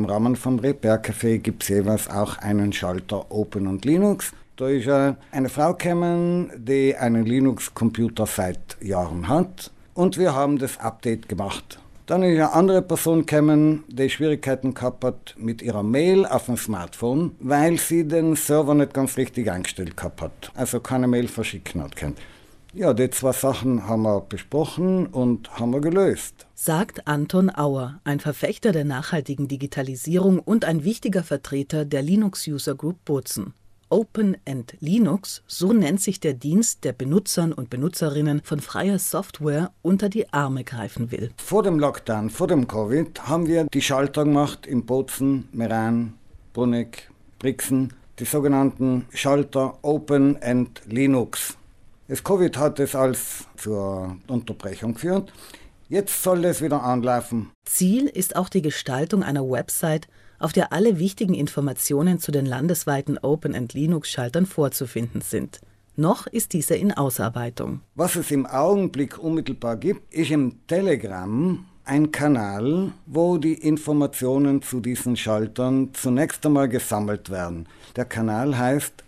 im Rahmen vom Repair-Café gibt es jeweils auch einen Schalter Open und Linux. Da ist eine Frau gekommen, die einen Linux-Computer seit Jahren hat und wir haben das Update gemacht. Dann ist eine andere Person gekommen, die Schwierigkeiten gehabt hat mit ihrer Mail auf dem Smartphone, weil sie den Server nicht ganz richtig eingestellt gehabt hat. Also keine Mail verschicken hat können. Ja, die zwei Sachen haben wir besprochen und haben wir gelöst. Sagt Anton Auer, ein Verfechter der nachhaltigen Digitalisierung und ein wichtiger Vertreter der Linux User Group Bozen. Open and Linux, so nennt sich der Dienst, der Benutzern und Benutzerinnen von freier Software unter die Arme greifen will. Vor dem Lockdown, vor dem Covid, haben wir die Schalter gemacht in Bozen, Meran, Bruneck, Brixen, die sogenannten Schalter Open and Linux. Das Covid hat es als zur Unterbrechung geführt. Jetzt soll es wieder anlaufen. Ziel ist auch die Gestaltung einer Website, auf der alle wichtigen Informationen zu den landesweiten Open- and Linux-Schaltern vorzufinden sind. Noch ist diese in Ausarbeitung. Was es im Augenblick unmittelbar gibt, ist im Telegram ein Kanal, wo die Informationen zu diesen Schaltern zunächst einmal gesammelt werden. Der Kanal heißt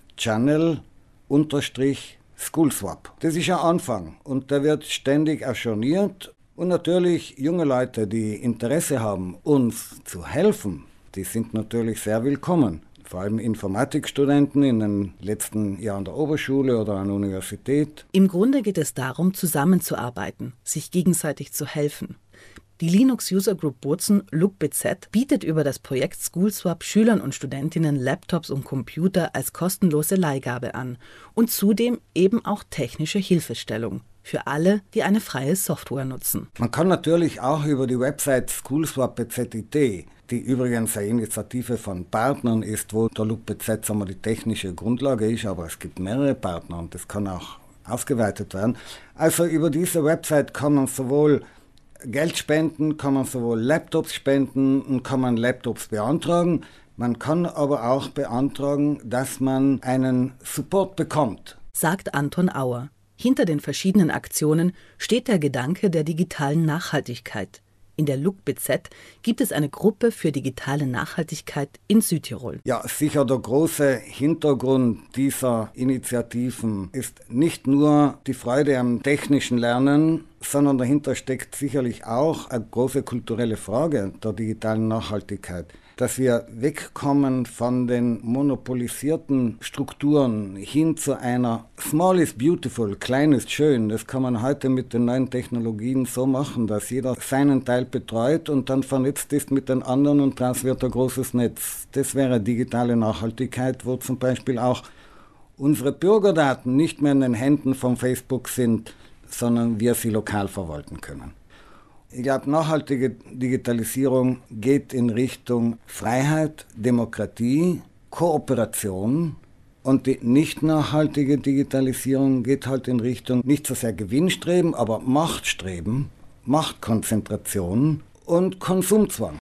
Channel_SchoolSwap. Das ist ein Anfang und der wird ständig ajourniert. Und natürlich junge Leute, die Interesse haben, uns zu helfen, die sind natürlich sehr willkommen. Vor allem Informatikstudenten in den letzten Jahren der Oberschule oder an der Universität. Im Grunde geht es darum, zusammenzuarbeiten, sich gegenseitig zu helfen. Die Linux User Group Bozen, LUGBZ, bietet über das Projekt SchoolSwap Schülern und Studentinnen Laptops und Computer als kostenlose Leihgabe an und zudem eben auch technische Hilfestellung für alle, die eine freie Software nutzen. Man kann natürlich auch über die Website SchoolSwap.bz.it, die übrigens eine Initiative von Partnern ist, wo der LUGBZ die technische Grundlage ist, aber es gibt mehrere Partner und das kann auch ausgeweitet werden. Also über diese Website kann man sowohl Geld spenden, kann man sowohl Laptops spenden und kann man Laptops beantragen. Man kann aber auch beantragen, dass man einen Support bekommt. Sagt Anton Auer. Hinter den verschiedenen Aktionen steht der Gedanke der digitalen Nachhaltigkeit. In der LUGBZ gibt es eine Gruppe für digitale Nachhaltigkeit in Südtirol. Ja, sicher der große Hintergrund dieser Initiativen ist nicht nur die Freude am technischen Lernen, sondern dahinter steckt sicherlich auch eine große kulturelle Frage der digitalen Nachhaltigkeit. Dass wir wegkommen von den monopolisierten Strukturen hin zu einer Small is beautiful, klein ist schön. Das kann man heute mit den neuen Technologien so machen, dass jeder seinen Teil betreut und dann vernetzt ist mit den anderen und daraus wird ein großes Netz. Das wäre digitale Nachhaltigkeit, wo zum Beispiel auch unsere Bürgerdaten nicht mehr in den Händen von Facebook sind, sondern wir sie lokal verwalten können. Ich glaube, nachhaltige Digitalisierung geht in Richtung Freiheit, Demokratie, Kooperation und die nicht nachhaltige Digitalisierung geht halt in Richtung nicht so sehr Gewinnstreben, aber Machtstreben, Machtkonzentration und Konsumzwang.